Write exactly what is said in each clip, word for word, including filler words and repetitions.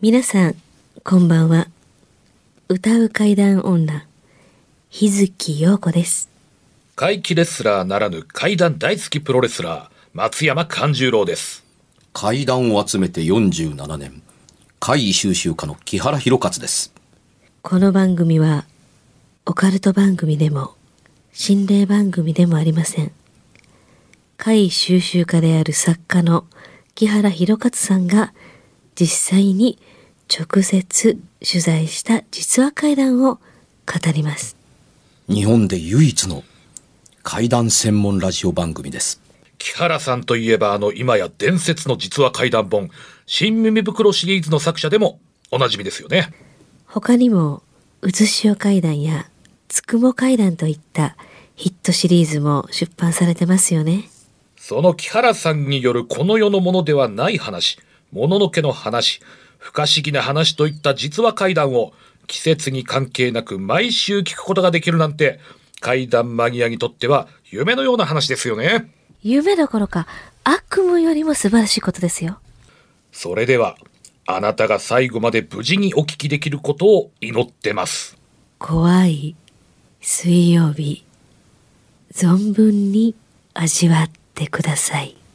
皆さんこんばんは。歌う怪談女日月陽子です。 怪奇レスラーならぬ怪談大好きプロレスラー松山勘十郎です。 怪談を集めてよんじゅうななねん、怪異収集家の木原博勝です。 この番組はオカルト番組でも心霊番組でもありません。怪異収集家である作家の木原博勝さんが実際に直接取材した実話怪談を語ります。 日本で唯一の怪談専門ラジオ番組です。 木原さんといえばあの今や伝説の実話怪談本新耳袋シリーズの作者でもおなじみですよね。 他にもうずしお怪談やつくも怪談といったヒットシリーズも出版されてますよね。 その木原さんによるこの世のものではない話、もののけの話、不可思議な話といった実話怪談を季節に関係なく毎週聞くことができるなんて怪談マニアにとっては夢のような話ですよね。 夢どころか悪夢よりも素晴らしいことですよ。 それではあなたが最後まで無事にお聞きできることを祈ってます。 怖い水曜日、存分に味わってください。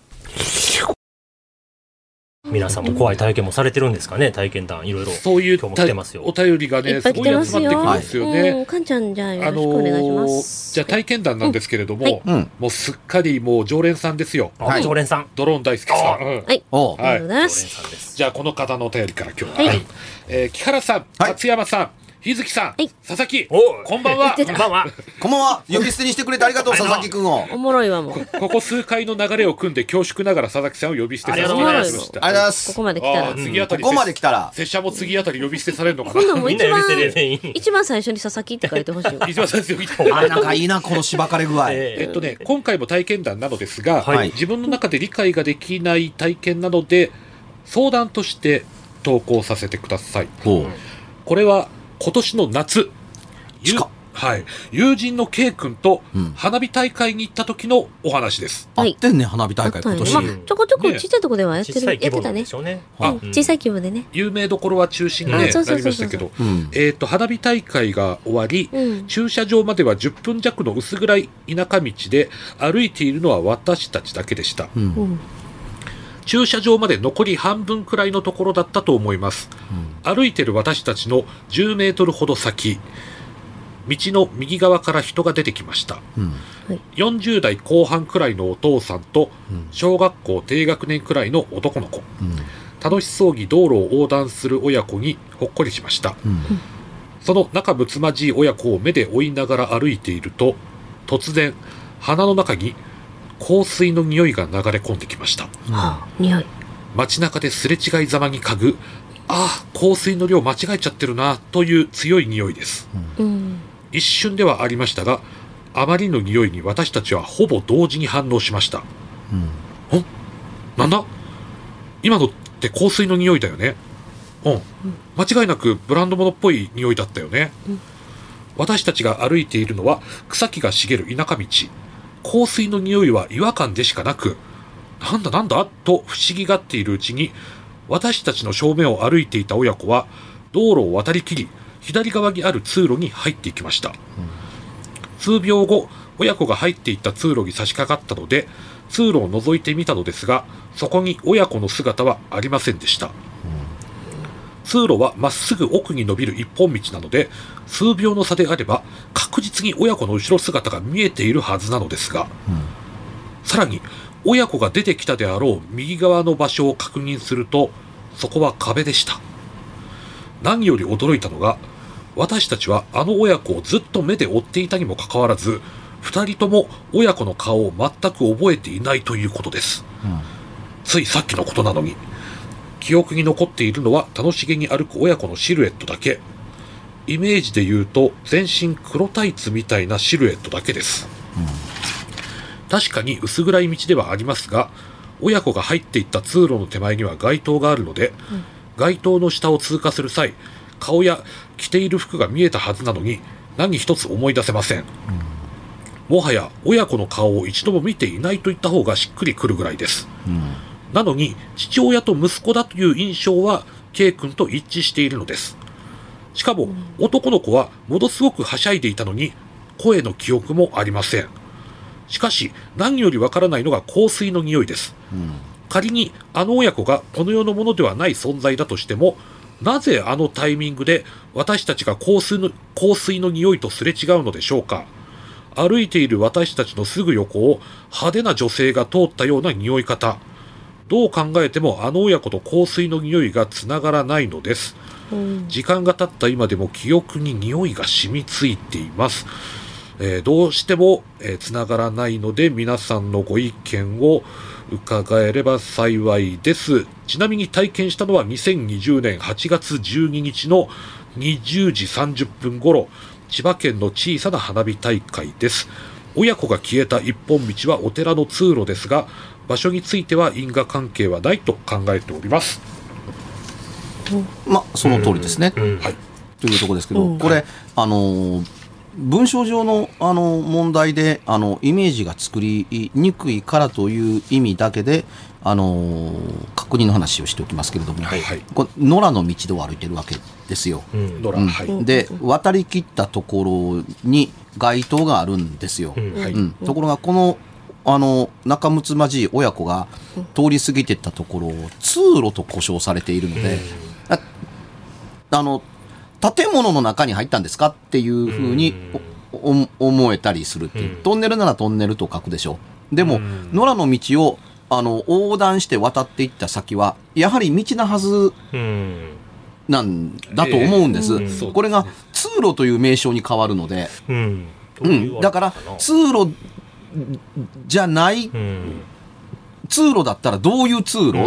皆さんも怖い体験もされてるんですかね。体験談いろいろそういう今日も来てますよ。 お便りがねすごい集まってくるんですよね。 うん、かんちゃんじゃあよろしくお願いします。 あのー、じゃあ体験談なんですけれども、 はいうん、 もうすっかりもう常連さんですよ。 はい、常連さん、 ドローン大好きさん、うん、 はいおありがとうございま常連す。 さんです。 じゃあこの方のお便りから今日は、 はいえー木原さん、 はい松山さん、日月さん、 はい佐々木、 おこんばんは。 出たこんばんは。 こんばんは。呼び捨てにしてくれてありがとう、佐々木くんを。 おもろいわもう。 ここ数回の流れを組んで恐縮ながら佐々木さんを呼び捨てさせていただきました。 ありがとうございます。 ここまで来たらあー次あたり、 ここまで来たら拙者も次あたり呼び捨てされるのか今度な。 みんな呼びもう一番捨てで全員一番最初に佐々木って書いてほしいわ。 一番最初に呼びあれなんかいいな、このしばかれ具合。 ええっとね、今回も体験談なのですが、 はい自分の中で理解ができない体験なので相談として投稿させてください。 ほう。 これは今年の夏、ゆ近っはい、友人の K 君とうん花火大会に行った時のお話です。 はあってんね、花火大会今年。 まあ、ちょこちょこちっちゃいとこではやってる、 小さい規模やってたね。 なんでしょうね。 あうん、小さい規模でね。 有名どころは中止に、ねあそうなりそうそうそうましたけど、 うん。 えー、と花火大会が終わり、 うん。 駐車場まではじゅっぷん弱の薄暗い田舎道で歩いているのは私たちだけでした。 うん。うん。 うん。 駐車場まで残り半分くらいのところだったと思います。歩いてる私たちのじゅうメートルほど先、道の右側から人が出てきました。 うん。 よんじゅう代後半くらいのお父さんとうん小学校低学年くらいの男の子、 うん。 楽しそうに道路を横断する親子にほっこりしました。 うん。 その仲睦まじい親子を目で追いながら歩いていると、突然鼻の中に香水の匂いが流れ込んできました。 はあ、匂い。 街中ですれ違いざまに嗅ぐ、ああ香水の量間違えちゃってるなという強い匂いです。 うん。 一瞬ではありましたが、あまりの匂いに私たちはほぼ同時に反応しました。 うん。 んなんだ今のって香水の匂いだよね。うん。間違いなくブランド物っぽい匂いだったよね。 うん私たちが歩いているのは草木が茂る田舎道。香水の匂いは違和感でしかなく、なんだなんだと不思議がっているうちに、私たちの正面を歩いていた親子は道路を渡りきり、左側にある通路に入っていきました。数秒後、親子が入っていった通路に差し掛かったので、通路を覗いてみたのですが、そこに親子の姿はありませんでした。通路はまっすぐ奥に伸びる一本道なので、数秒の差であれば確実に親子の後ろ姿が見えているはずなのですが、さらに親子が出てきたであろう右側の場所を確認すると、そこは壁でした。何より驚いたのが、私たちはあの親子をずっと目で追っていたにもかかわらず、二人とも親子の顔を全く覚えていないということです。ついさっきのことなのに。記憶に残っているのは楽しげに歩く親子のシルエットだけ。イメージで言うと全身黒タイツみたいなシルエットだけです。確かに薄暗い道ではありますが、親子が入っていった通路の手前には街灯があるので、 うん、 街灯の下を通過する際、顔や着ている服が見えたはずなのに何一つ思い出せません。うん、もはや親子の顔を一度も見ていないといった方がしっくりくるぐらいです。うん、なのに父親と息子だという印象は K 君と一致しているのです。しかも、男の子はものすごくはしゃいでいたのに、声の記憶もありません。しかし、何よりわからないのが香水の匂いです。うん、仮にあの親子がこの世のものではない存在だとしても、なぜあのタイミングで私たちが香水の、香水の匂いとすれ違うのでしょうか。歩いている私たちのすぐ横を派手な女性が通ったような匂い方。どう考えてもあの親子と香水の匂いがつながらないのです。うん、時間が経った今でも記憶に匂いが染みついています。えー、どうしても、えー、つながらないので皆さんのご意見を伺えれば幸いです。ちなみに体験したのはにせんにじゅうねんはちがつじゅうににちのにじゅうじさんじゅっぷん頃、千葉県の小さな花火大会です。親子が消えた一本道はお寺の通路ですが、場所については因果関係はないと考えております。 まあその通りですね、うんうん、はい、というところですけど、うん、これあの文章上のあの問題であのイメージが作りにくいからという意味だけであの確認の話をしておきますけれども、はいはい、これ野良の道を歩いてるわけですよ、うんうんはい、で渡り切ったところに街灯があるんですよ、うんはいうん、ところがこのあの仲睦まじい親子が通り過ぎていったところを通路と呼称されているので、あ, あの建物の中に入ったんですかっていうふうに思えたりするっていう、トンネルならトンネルと書くでしょう。でも野良の道をあの横断して渡っていった先はやはり道なはずなんだと思うんです、えー、これが通路という名称に変わるので、うんうん、だから通路じゃない、うん、通路だったらどういう通路、うん、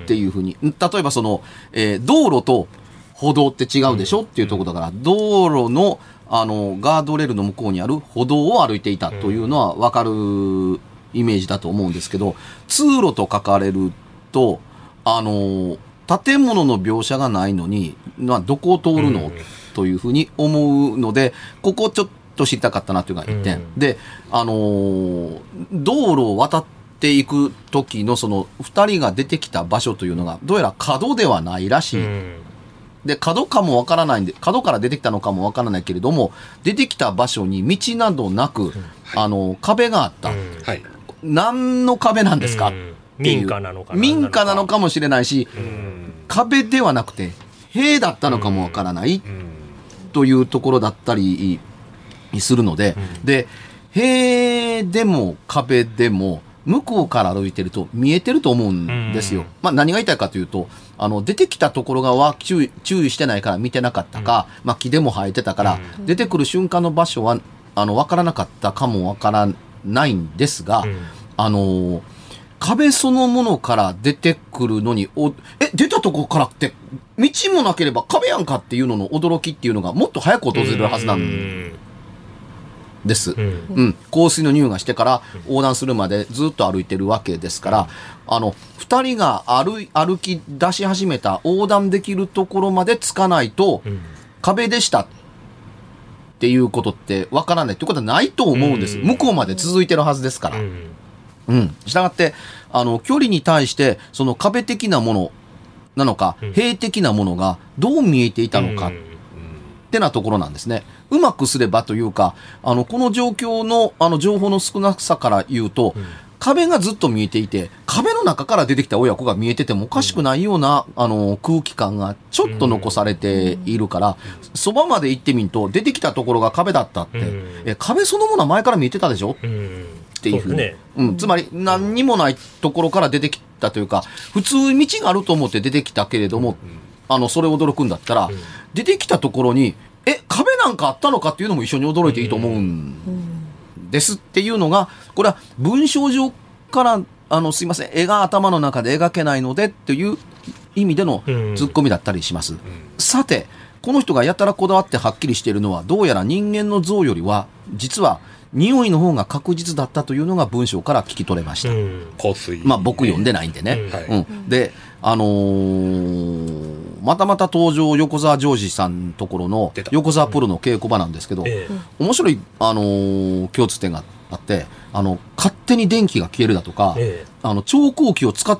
っていうふうに、例えばその、えー、道路と歩道って違うでしょ、うん、っていうところだから、道路のあのガードレールの向こうにある歩道を歩いていたというのは分かるイメージだと思うんですけど、通路と書かれるとあの建物の描写がないのに、まあ、どこを通るの、うん、というふうに思うので、ここちょっと知りたかったなというのがいってん、うん、で、あのー、道路を渡っていく時のそのふたりが出てきた場所というのがどうやら角ではないらしい、うん、で角かもわからないんで、角から出てきたのかもわからないけれども、出てきた場所に道などなく、うん、あの壁があった、うん、何の壁なんですか、うん、 民家なのか民家なのかもしれないし、うん、壁ではなくて塀だったのかもわからない、うん、というところだったりするので、うん、で塀でも壁でも向こうから歩いてると見えてると思うんですよ、うん、まあ、何が言いたいかというと、あの出てきたところがは注意、注意してないから見てなかったか、うん、まあ、木でも生えてたから、うん、出てくる瞬間の場所はあの分からなかったかも分からないんですが、うん、あの壁そのものから出てくるのに、おえ出たところからって道もなければ壁やんかっていうのの驚きっていうのがもっと早く訪れるはずなんです、うんうん、香水の匂いがしてから横断するまでずっと歩いてるわけですから、あのふたりが 歩, 歩き出し始めた横断できるところまでつかないと、うん、壁でしたっていうことってわからないってことはないと思うんです、うん、向こうまで続いてるはずですから、うんうん、したがってあの距離に対してその壁的なものなのか、うん、塀的なものがどう見えていたのか、うん、ってなところなんですね。うまくすればというか、あのこの状況のあの情報の少なさから言うと、うん、壁がずっと見えていて壁の中から出てきた親子が見えててもおかしくないような、うん、あの空気感がちょっと残されているから、そば、うん、まで行ってみると出てきたところが壁だったって、うん、え壁そのものは前から見えてたでしょ、うん、っていうふうに、ね、うん、つまり何にもないところから出てきたというか、普通道があると思って出てきたけれども、うん、あのそれ驚くんだったら、うん、出てきたところにえ壁なんかあったのかっていうのも一緒に驚いていいと思うんですっていうのが、これは文章上からあのすいません絵が頭の中で描けないのでっていう意味でのツッコミだったりします、うん、さてこの人がやたらこだわってはっきりしているのは、どうやら人間の像よりは実は匂いの方が確実だったというのが文章から聞き取れました、うん、 香水、 まあ僕読んでないんでね、うんはいうん、であのー、またまた登場横澤ジョージさんのところの横澤プロの稽古場なんですけど、うんええ、面白い、あのー、共通点があって、あの勝手に電気が消えるだとか、ええ、あの調光器を使って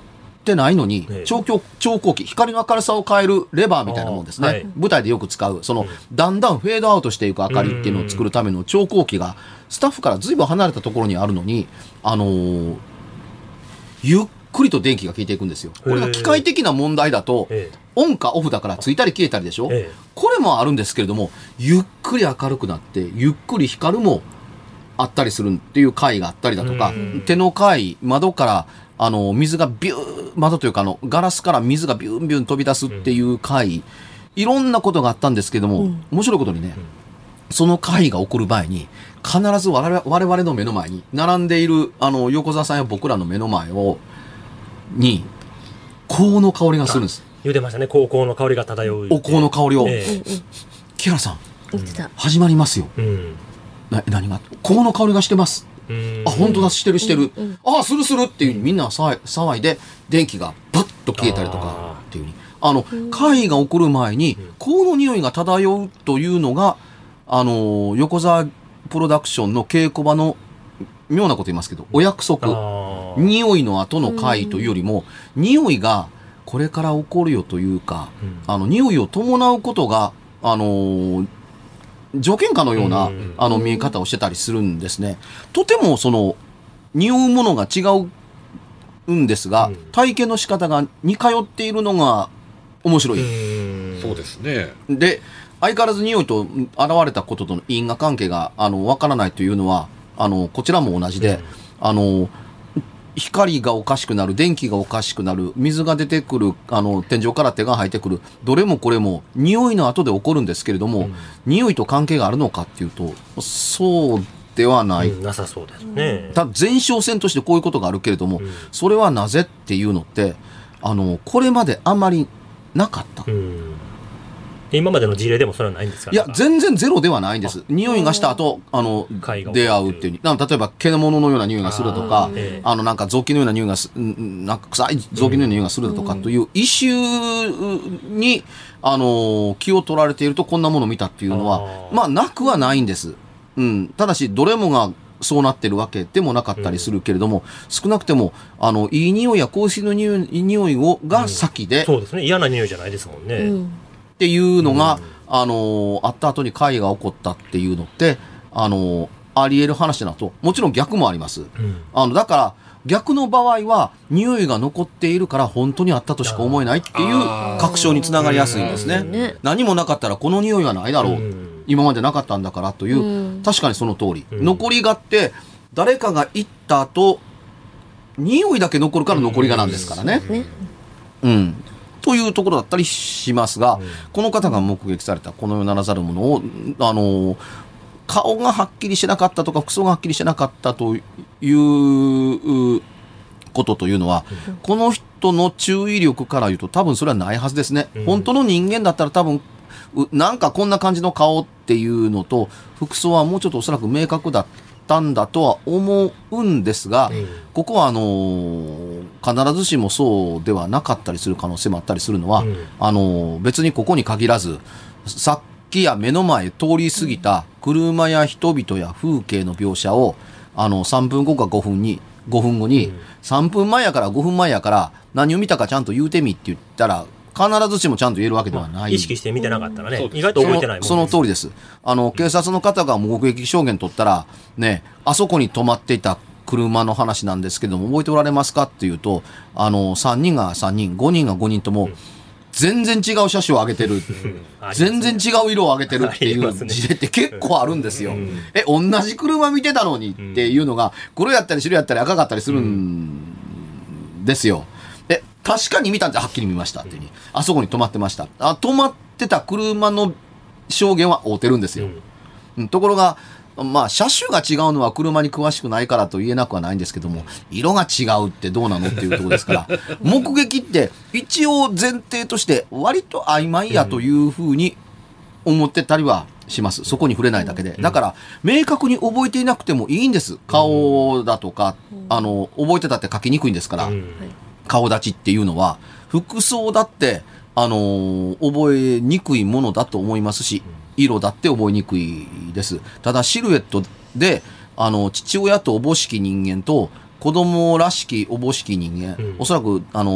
ってないのに、 ええ調光調光器、光の明るさを変えるレバーみたいなもんですね、 あーはい、 舞台でよく使うその、だんだんフェードアウトしていく明かりっていうのを作るための調光器がスタッフからずいぶん離れたところにあるのに、あのーゆっくりと電気が消えていくんですよ。これが機械的な問題だと、 えオンかオフだからついたり消えたりでしょ、 ええこれもあるんですけれども、ゆっくり明るくなってゆっくり光るもあったりするっていう回があったりだとか、 うん手の回、窓からあの水がビュー窓というかあのガラスから水がビュンビュン飛び出すっていう回、いろんなことがあったんですけども、 うん面白いことにね、その回が起こる前に必ず我々我々の目の前に並んでいるあの横澤さんや僕らの目の前をに香の香りがするんです。 言うてましたね、高校の香りが漂う。 お香の香りを、 えうんうん。 木原さん言ってた。 始まりますよ。 えうんな何が香の香りがしてます。 うんあ、本当だ、してるしてる。 うんうんあ、するするっていうふうにみんな騒い騒いで、電気がパッと消えたりとかあーっていうふうに。あの、会が起こる前に、香の匂いが漂うというのが、あの、横澤プロダクションの稽古場の妙なこと言いますけど、お約束。 あー匂いの後の会というよりも、匂いがこれから起こるよというか、 うんあの、匂いを伴うことが、あのー条件下のような、 うんあの見え方をしてたりするんですね。とてもその匂うものが違うんですが、 うん体験の仕方が似通っているのが面白い。 うんそうですね。 で、相変わらず匂いと現れたこととの因果関係があのわからないというのは、あのこちらも同じで、 うんあの光がおかしくなる、電気がおかしくなる、水が出てくる、あの天井から手が生えてくる、どれもこれも匂いの後で起こるんですけれども、 うん匂いと関係があるのかっていうと、そうではない。 うんなさそうですね。 ただ前哨戦としてこういうことがあるけれども、 うんそれはなぜっていうのってあのこれまであんまりなかった、 うん今までの事例でもそれはないんですか。 いや全然ゼロではないんです。匂いがした後あの会が出会うっていうなんか例えば獣のような匂いがするとかあーええあのなんか臓器のような匂いがすんなんか臭い臓器のような匂いがするだとかという異臭にあの気を取られているとこんなものを見たっていうのはあーまあなくはないんです、うん、ただしどれもがそうなってるわけでもなかったりするけれども、少なくてもあのいい匂いや香水の匂い匂いをが先で、 そうですね、嫌な匂いじゃないですもんね。 うん。 っていうのが、 うんあのーあった後に会が起こったっていうのって、あのーあり得る話だと、もちろん逆もあります。 うんあの、だから、逆の場合は、匂いが残っているから本当にあったとしか思えないっていうあー確証につながりやすいんですね。 ね。 何もなかったらこの匂いはないだろう。 うん今までなかったんだからという、 うん確かにその通り。 うん残りがって、誰かが行った後、匂いだけ残るから残りがなんですからね。 ね。 うん。というところだったりしますが、 うんこの方が目撃されたこの世ならざるものを、あの、顔がはっきりしなかったとか、服装がはっきりしなかったということというのは、この人の注意力から言うと多分それはないはずですね。 うん本当の人間だったら多分、うなんかこんな感じの顔っていうのと、服装はもうちょっとおそらく明確だったんだとは思うんですが、 うんここはあのー必ずしもそうではなかったりする可能性もあったりするのは、 うんあのー別にここに限らずさっきや目の前通り過ぎた車や人々や風景の描写をあのさんぷんごかごふんにごふんごに、 うんさんぷんまえやからごふんまえやから何を見たかちゃんと言うてみって言ったら必ずしもちゃんと言えるわけではない。 意識して見てなかったらね、 そうです意外と覚えてないもんそのその通りです。あの、警察の方が目撃証言取ったら、ね、あそこに止まっていた車の話なんですけども、覚えておられますかっていうと、あの、さんにんがさんにん、ごにんがごにんとも、全然違う車種を上げてる。 うん全然違う色を上げてるっていうありますね事例って結構あるんですよ。 うんえ、同じ車見てたのにっていうのが、黒やったり白やったり赤かったりするんですよ。え、確かに見たんではっきり見ましたっていうふうに。あそこに止まってました。あ、止まってた車の証言は合うてるんですよ。うんところが、まあ、車種が違うのは車に詳しくないからと言えなくはないんですけども、色が違うってどうなのっていうところですから、目撃って一応前提として割と曖昧やというふうに思ってたりはします。そこに触れないだけで。だから、明確に覚えていなくてもいいんです。顔だとか、あの、覚えてたって書きにくいんですから、 うん顔立ちっていうのは、服装だって、あのー覚えにくいものだと思いますし、色だって覚えにくいです。ただシルエットで、あの、父親とおぼしき人間と子供らしきおぼしき人間、 うんおそらく、あの、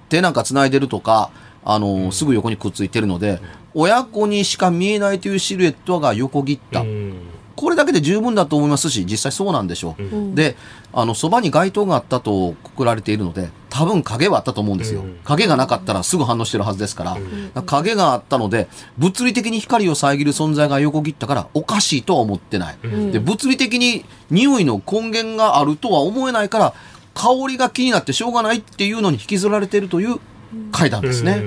手なんか繋いでるとか、あのー、すぐ横にくっついてるので、親子にしか見えないというシルエットが横切った。これだけで十分だと思いますし、実際そうなんでしょう。うん、で、あの、そばに街灯があったとくくられているので、多分影はあったと思うんですよ。うん、影がなかったらすぐ反応してるはずですから、うん、影があったので、物理的に光を遮る存在が横切ったからおかしいとは思ってない。うん、で、物理的に匂いの根源があるとは思えないから、香りが気になってしょうがないっていうのに引きずられているという階段ですね。うん、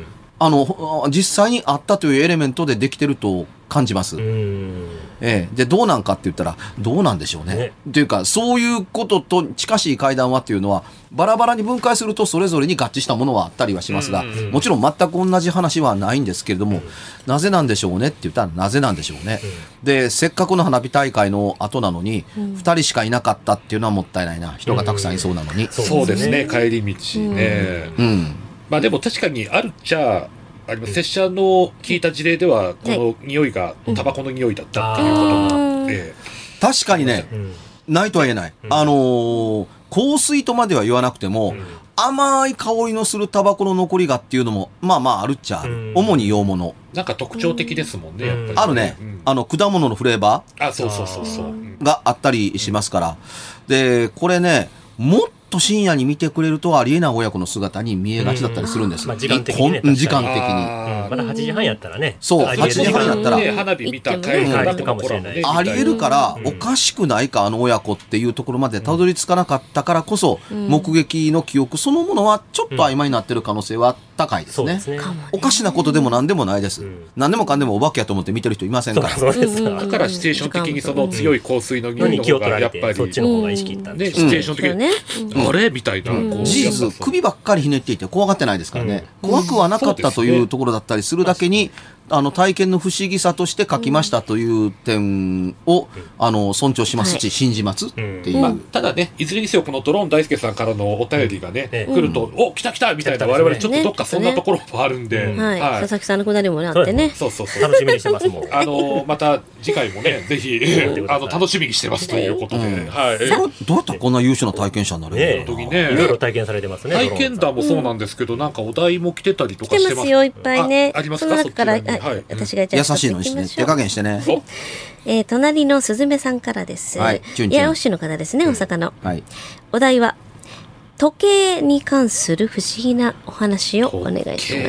あの、実際にあったというエレメントでできてると感じます。うんええ、でどうなんかって言ったらどうなんでしょうね。ねっていうかそういうことと近しい階段はっていうのはバラバラに分解するとそれぞれに合致したものはあったりはしますが、うんうんうん、もちろん全く同じ話はないんですけれども、うん、なぜなんでしょうねって言ったらなぜなんでしょうね。うん、でせっかくの花火大会の後なのに、うん、ふたりしかいなかったっていうのはもったいないな。人がたくさんいそうなのに。うん、 そうですね、帰り道ね。うんうん、まあでも確かにあるっちゃあります。拙者の聞いた事例ではこの匂いがタバコの匂いだったっていうことが、えー、確かにね、うん、ないとは言えない、うん、あのー、香水とまでは言わなくても、うん、甘い香りのするタバコの残りがっていうのもまあまああるっちゃある、うん、主に洋物なんか特徴的ですもんね、やっぱりね。 あるね、うん、あの果物のフレーバーあそうそうそうそうがあったりしますから、でこれねもっと深夜に見てくれるとありえない親子の姿に見えがちだったりするんです。 まあ、時間的にね。 時間的に。 まだはちじはんやったらね。 そう、はちじはんやったら。 花火見た帰りかもしれない。 ありえるから、おかしくないか、あの親子っていうところまでたどり着かなかったからこそ、目撃の記憶そのものはちょっと曖昧になってる可能性は高いですね。おかしなことでも何でもないです。何でもかんでもお化けやと思って見てる人いませんから。 だからシチュエーション的にその強い香水の匂いの方がやっぱり。 そっちの方が意識いったんで。 シチュエーション的に、あれみたいな。 事実首ばっかりひねっていて怖がってないですからね、うん、怖くはなかったというところだったりするだけに、あの体験の不思議さとして書きましたという点を、うん、あの尊重しますし、はい、信じますっていう、 まあ、ただねいずれにせよこのドローン大輔さんからのお便りがね、うん、来ると、うん、お来た来たみたいな、我々ちょっとどっかそんなところもあるんで、 ねはいはい、佐々木さんのくだりもあってね、 そうそうそう楽しみにしてますもんあのまた次回もねぜひあの楽しみにしてますということで、うんはい、 どうやったらこんな優秀な体験者になれるのかな、 ねね、いろいろ体験されてますね。 体験談もそうなんですけど、うん、なんかお題も来てたりとかしてます。 来てますよいっぱいね。 あ、ありますか。 その中から、はい、私がじゃあ優しいのにね、手加減してね。 えー、隣のすずめさんからです。はい、チュンチュン。八尾市の方ですね、大阪の。はい。お題は時計に関する不思議なお話をお願いします。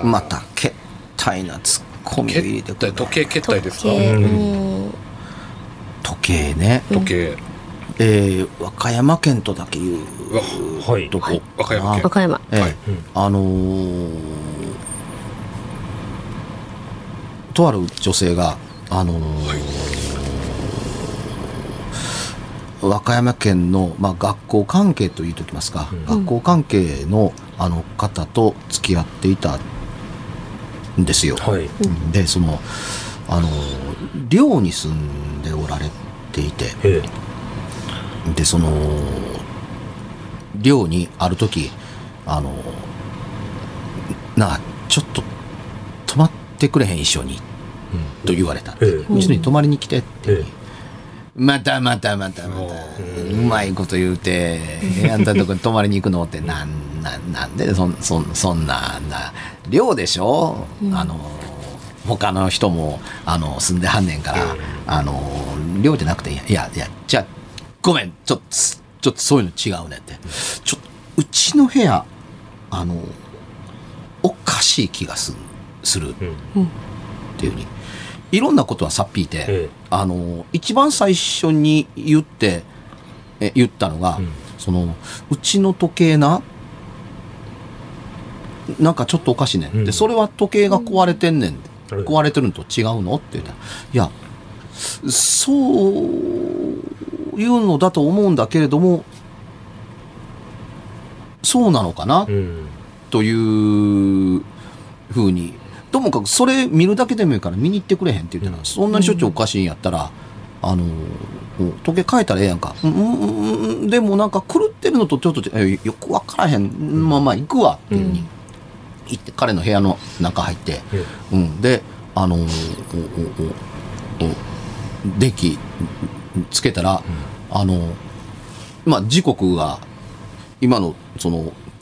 またけったいなツッコミを入れてくる。 時計けったいですか。 時計、うん、時計ね。 時計。 えー、和歌山県とだけいうとこ、 はい、和歌山県、 和歌山、 えーはい、あのー、とある女性が、あのーはい、和歌山県の、まあ、学校関係と言いときますか、うん、学校関係の、あの方と付き合っていたんですよ、はい、でその、あのー、寮に住んでおられていて、でその寮にある時あのなあちょっと泊まってくれへん一緒に、うん、と言われたんで、うちに泊まりに来てって、またまたまたまたうまいこと言うてあんたのとこに泊まりに行くのってなんななんでそそそんなな寮でしょ、うん、あの他の人もあの住んではんねんから、あの寮じゃなくていやいやいやじゃあごめんちょっとちょっとそういうの違うねって、ちょっとうちの部屋あのおかしい気がするするっていうふうにいろんなことはさっぴいて、うん、あの一番最初に言ってえ言ったのが、うん、そのうちの時計ななんかちょっとおかしいね、うん、でそれは時計が壊れてんねん、うん、壊れてるのと違うのって言ったら、いやそういうのだと思うんだけれどもそうなのかな、うん、というふうに、ともかくそれ見るだけでもいいから見に行ってくれへんって言ったら、うん、そんなにしょっちゅうおかしいんやったら、うん、あの時計変えたらええやんか、うんうん、でもなんか狂ってるのとちょっとよく分からへん、うん、まあまあ行くわっていうふうに行って彼の部屋の中入って、うんうん、であの電気つけたら、うん、あのまあ時刻が今のその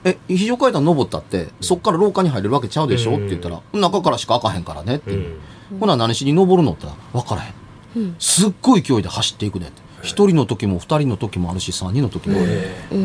え非常階段登ったってそっから廊下に入れるわけちゃうでしょ、って言ったら中からしか開かへんからねって、うん、ほな何しに登るのって言ったら分からへん、うん、すっごい勢いで走っていくねって、一人の時も二人の時もあるし三人の時もある、へえ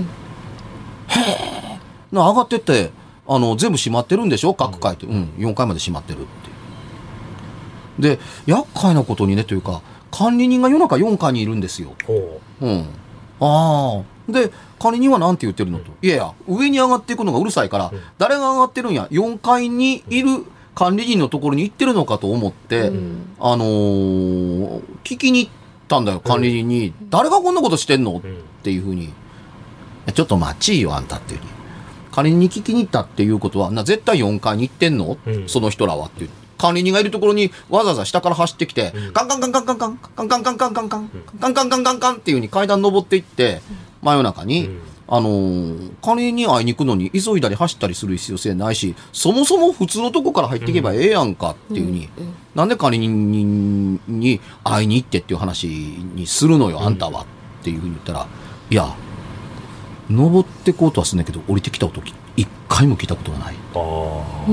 上がってってあの全部閉まってるんでしょ各階って、うん、よんかいまで閉まってるってで厄介なことにねというか管理人が夜中よんかいにいるんですよ、うん、ああで管理人は何て言ってるのと、いやいや上に上がっていくのがうるさいから、うん、誰が上がってるんやよんかいにいる管理人のところに行ってるのかと思って、うん、あのー、聞きに行ったんだよ管理人に、うん、誰がこんなことしてんの、うん、っていうふうにちょっと待ちよあんたっていう風に管理人に聞きに行ったっていうことはな絶対よんかいに行ってんの、うん、その人らはっていう管理人がいるところにわざわざ下から走ってきて、うん、カンカンカンカンカンカンカンカンカンカンカンカンカンカンカンカンカンカンっていう風に階段登っていって真夜中に、うん、あのー、管理人に会いに行くのに急いだり走ったりする必要性ないしそもそも普通のとこから入っていけばええやんかっていう風に、うん、なんで管理人に会いに行ってっていう話にするのよあんたはっていう風に言ったら、いや登ってこうとはすんねんけど降りてきた時一回も聞いたことがない。あ、うん、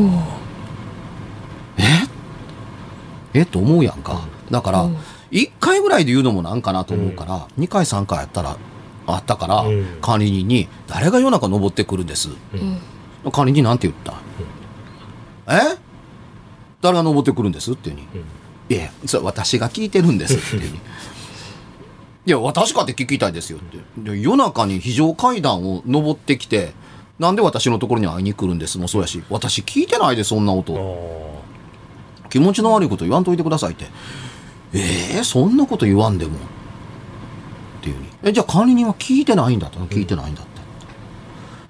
ええと思うやんか。だから、うん、いっかいぐらいで言うのもなんかなと思うから、うん、にかいさんかいやったらあったから、うん、管理人に誰が夜中登ってくるんです、うん、管理人なんて言った、うん、え誰が登ってくるんですっていうに、うん、いやそれ私が聞いてるんですっていうにいや私かって聞きたいですよってで夜中に非常階段を登ってきてなんで私のところに会いに来るんですもそうやし私聞いてないでそんな音気持ちの悪いこと言わんといてくださいってえー、そんなこと言わんでもっていうにえじゃあ管理人は聞いてないんだって聞いてないんだって、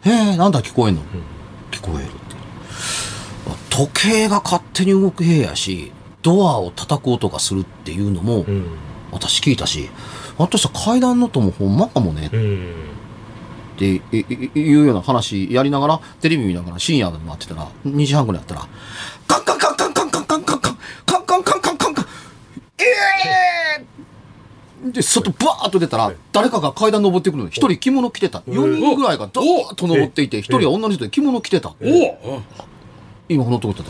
うん、へえなんだ聞こえんの、うん、聞こえるって時計が勝手に動く部屋やしドアを叩く音がするっていうのも、うん、私聞いたしあとした階段の音もほんまかもね、うん、っていうような話やりながらテレビ見ながら深夜で待ってたらにじはんぐらいやったらカンカンカンカンカンカンカンカンカンカンカンカンカンカンカンえーで外バーッと出たら誰かが階段登ってくるのに一人着物着てたよにんぐらいがドーッと登っていて一人は女の人で着物着てた今このとこだった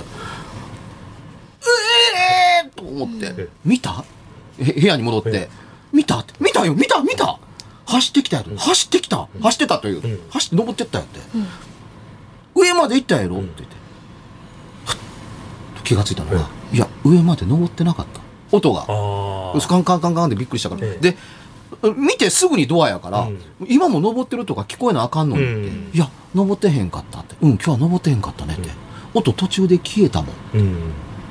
えーと思って見た部屋に戻って見たって見たよ見た見た走ってきたやろ、うん、走ってきた走ってたという、うん、走って登ってったやって、うん、上まで行ったやろ、うん、って言ってはっ気がついたのが、うん、いや上まで登ってなかった音がカンカンカンカンでびっくりしたから、うん、で見てすぐにドアやから、うん、今も登ってるとか聞こえなあかんのにって、うん、いや登ってへんかったってうん今日は登ってへんかったねって、うん、音途中で消えたもん、うん、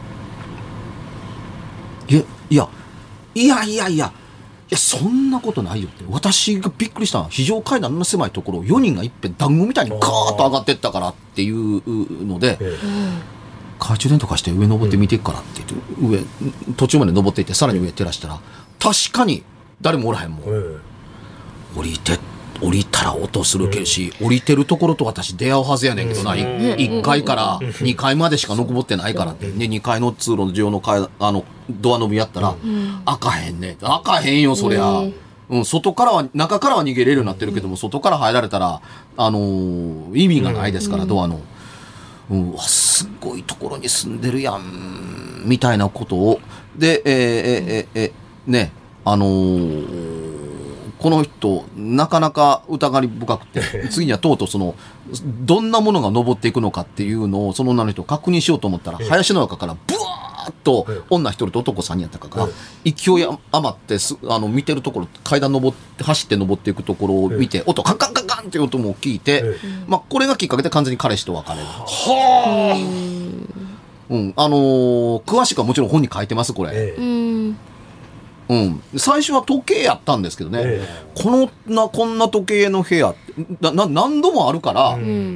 いやいやいやいやいやいやそんなことないよって私がびっくりしたのは非常階段の狭いところをよにんがいっぺん団子みたいにガーッと上がってったからっていうので懐中電灯貸して上登って見ていくからって言って上途中まで登っていってさらに上照らしたら確かに誰もおらへんもん降りて降りたら音するけし降りてるところと私出会うはずやねんけどないっかいからにかいまでしか登ってないからってでにかいの通路の上の階あのドアノブやったら開かへんね開かへんよそりゃ、うん、外からは中からは逃げれるようになってるけども外から入られたらあのー、意味がないですからドアの、うん、すごいところに住んでるやんみたいなことをでえー、えー、えー、えー、ねあのーこの人なかなか疑り深くて次にはとうとうそのどんなものが登っていくのかっていうのをその女の人を確認しようと思ったら林の中からブワーッと女一人と男さんにんやったかが勢い余ってすあの見てるところ階段登って走って登っていくところを見て音カンカンカンカンっていう音も聞いて、まあ、これがきっかけで完全に彼氏と別れる。はあ、うん、あのー、詳しくはもちろん本に書いてますこれ。うんうん、最初は時計やったんですけどね、えー、このなこんな時計の部屋なな何度もあるから、うん、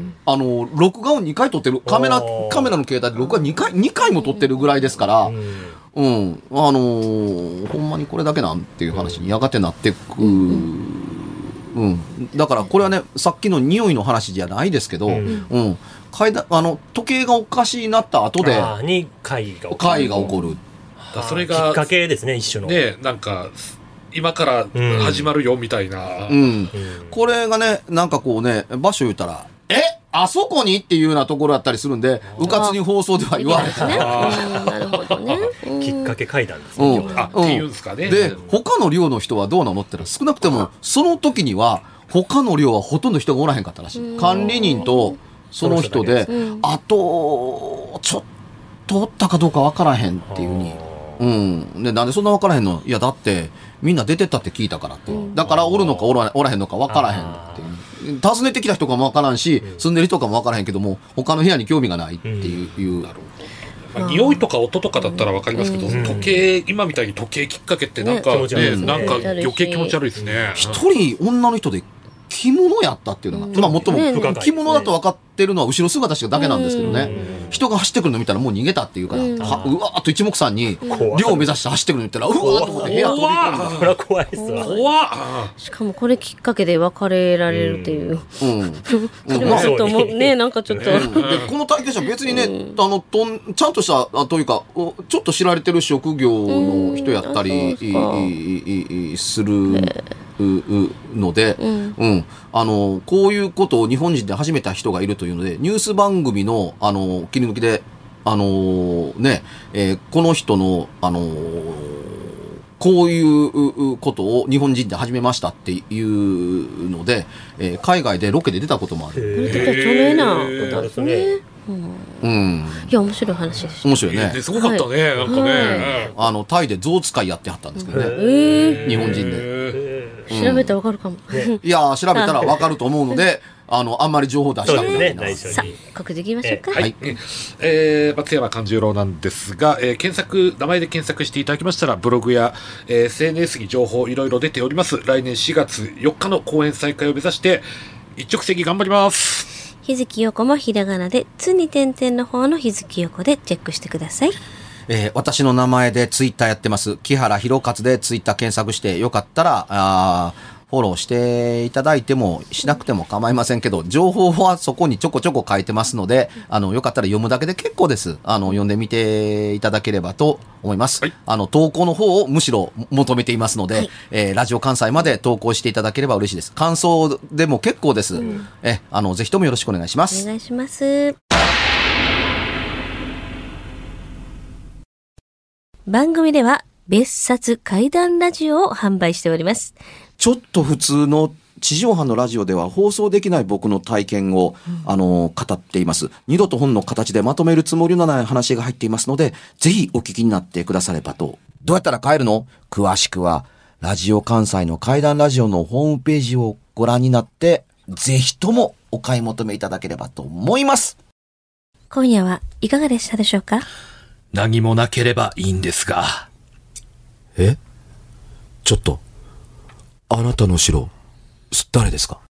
あの録画をにかい撮ってるカメラカメラの携帯で録画にかいにかいも撮ってるぐらいですから、うんうん、あのー、ほんまにこれだけなんっていう話にやがてなってく、うんうん、だからこれはねさっきの匂いの話じゃないですけど、うんうん、階段あの時計がおかしになった後でに怪が起こるそれがきっかけですね一種のねなんか今から始まるよみたいな、 うんうん、これがねなんかこうね場所言うたらえあそこにっていうようなところだったりするんで、うかつに放送では言われて、 ね、うんなるほどね。うんきっかけ会談ですうんね、今日は。 あっていうんですかね。 で、他の寮の人はどうなのって言ったら、少なくともその時には他の寮はほとんど人がおらへんかったらしい。管理人とその人で、あとちょっとおったかどうかわからへんっていうふうに。うん、でなんでそんな分からへんの。いやだってみんな出てったって聞いたからって、だからおるのかおらおらへんのか分からへんっていう、訪ねてきた人かも分からんし、住んでる人かも分からへんけども他の部屋に興味がないっていう、うん、 なるほど。まあ、匂いとか音とかだったら分かりますけど、うん、時計今みたいに時計きっかけってなんか、ねね、なんか余計気持ち悪いですね。 一人女の人で着物やったっていうのが、うん、まあもっとも着物だと分かってるのは後ろ姿しかだけなんですけどね、うん、人が走ってくるの見たらもう逃げたっていうから、うん、はうわーっと一目散に寮を目指して走ってくるの見たらうわーっと思って部屋飛び込んで、 これは怖いですわ。 怖っ。 しかもこれきっかけで別れられるっていう、うん、それもちょっともうねなんかちょっと、 うん、でこの体験者別にね、うん、あのとんちゃんとしたあというかちょっと知られてる職業の人やったり、うん、するので、うんうん、あのこういうことを日本人で始めた人がいるというので、ニュース番組のあの切り抜きであのね、えー、この人のあのこういうことを日本人で始めましたっていうので、えー、海外でロケで出たこともある。 出た著名なことですね。うん、いや面白い話です。 面白いね。 すごかったね、はい、なんかね、はい、 あのタイで象使いやってはったんですけどね、えー、日本人で、 うん、調べたらわかるかも、 ね、いや調べたらわかると思うのであのあんまり情報出したくないな。 さあ告知いきましょうか。 はい、えー、松山勘十郎なんですが、えー、検索名前で検索していただきましたらブログや、えー、エスエヌエス に情報いろいろ出ております。来年しがつよっかの公演再開を目指して一直線頑張ります。 日月陽子もひらがなでつに点々の方の日月陽子でチェックしてください。 えー、私の名前でツイッターやってます木原博勝でツイッター検索してよかったらあフォローしていただいてもしなくても構いませんけど、情報はそこにちょこちょこ書いてますので、あのよかったら読むだけで結構です。あの読んでみていただければと思います、はい、あの投稿の方をむしろ求めていますので、はい、えー、ラジオ関西まで投稿していただければ嬉しいです。感想でも結構です、うん、えあのぜひともよろしくお願いします。 お願いします。番組では別冊怪談ラジオを販売しております。 ちょっと普通の地上波のラジオでは放送できない僕の体験を、うん、あの語っています。二度と本の形でまとめるつもりのない話が入っていますので、ぜひお聞きになってくださればと。どうやったら買えるの？詳しくはラジオ関西の怪談ラジオのホームページをご覧になって、ぜひともお買い求めいただければと思います。 今夜はいかがでしたでしょうか？ 何もなければいいんですが。 え？ちょっと。あなたの城、誰ですか？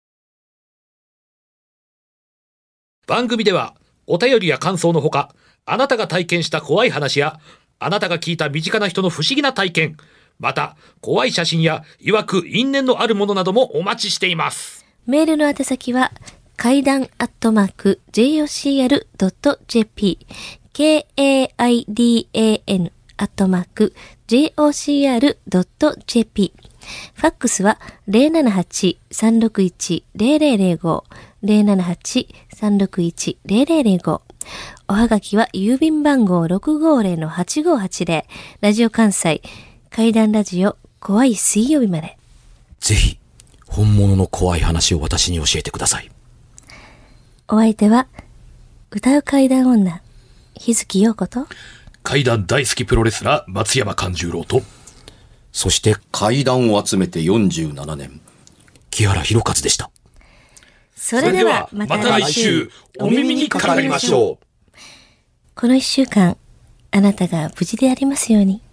番組ではお便りや感想のほか、あなたが体験した怖い話やあなたが聞いた身近な人の不思議な体験、また怖い写真や曰く因縁のあるものなどもお待ちしています。 メールの宛先は怪談アットマーク ジェイオーシーアールドットジェーピー ケーエーアイディーエーエヌ アットマーク ジェイオーシーアールドットジェーピー。ファックスは ゼロななはち さんろくいち ゼロゼロゼロご ゼロななはち さんろくいち ゼロゼロゼロご。おはがきは郵便番号 ろくごゼロのはちごはちゼロ ラジオ関西怪談ラジオ怖い水曜日まで。 ぜひ本物の怖い話を私に教えてください。 お相手は歌う怪談女日月陽子と怪談大好きプロレスラー松山勘十郎と、 そして怪談を集めてよんじゅうななねん木原博勝でした。 それではまた来週お耳にかかりましょう。 この一週間あなたが無事でありますように。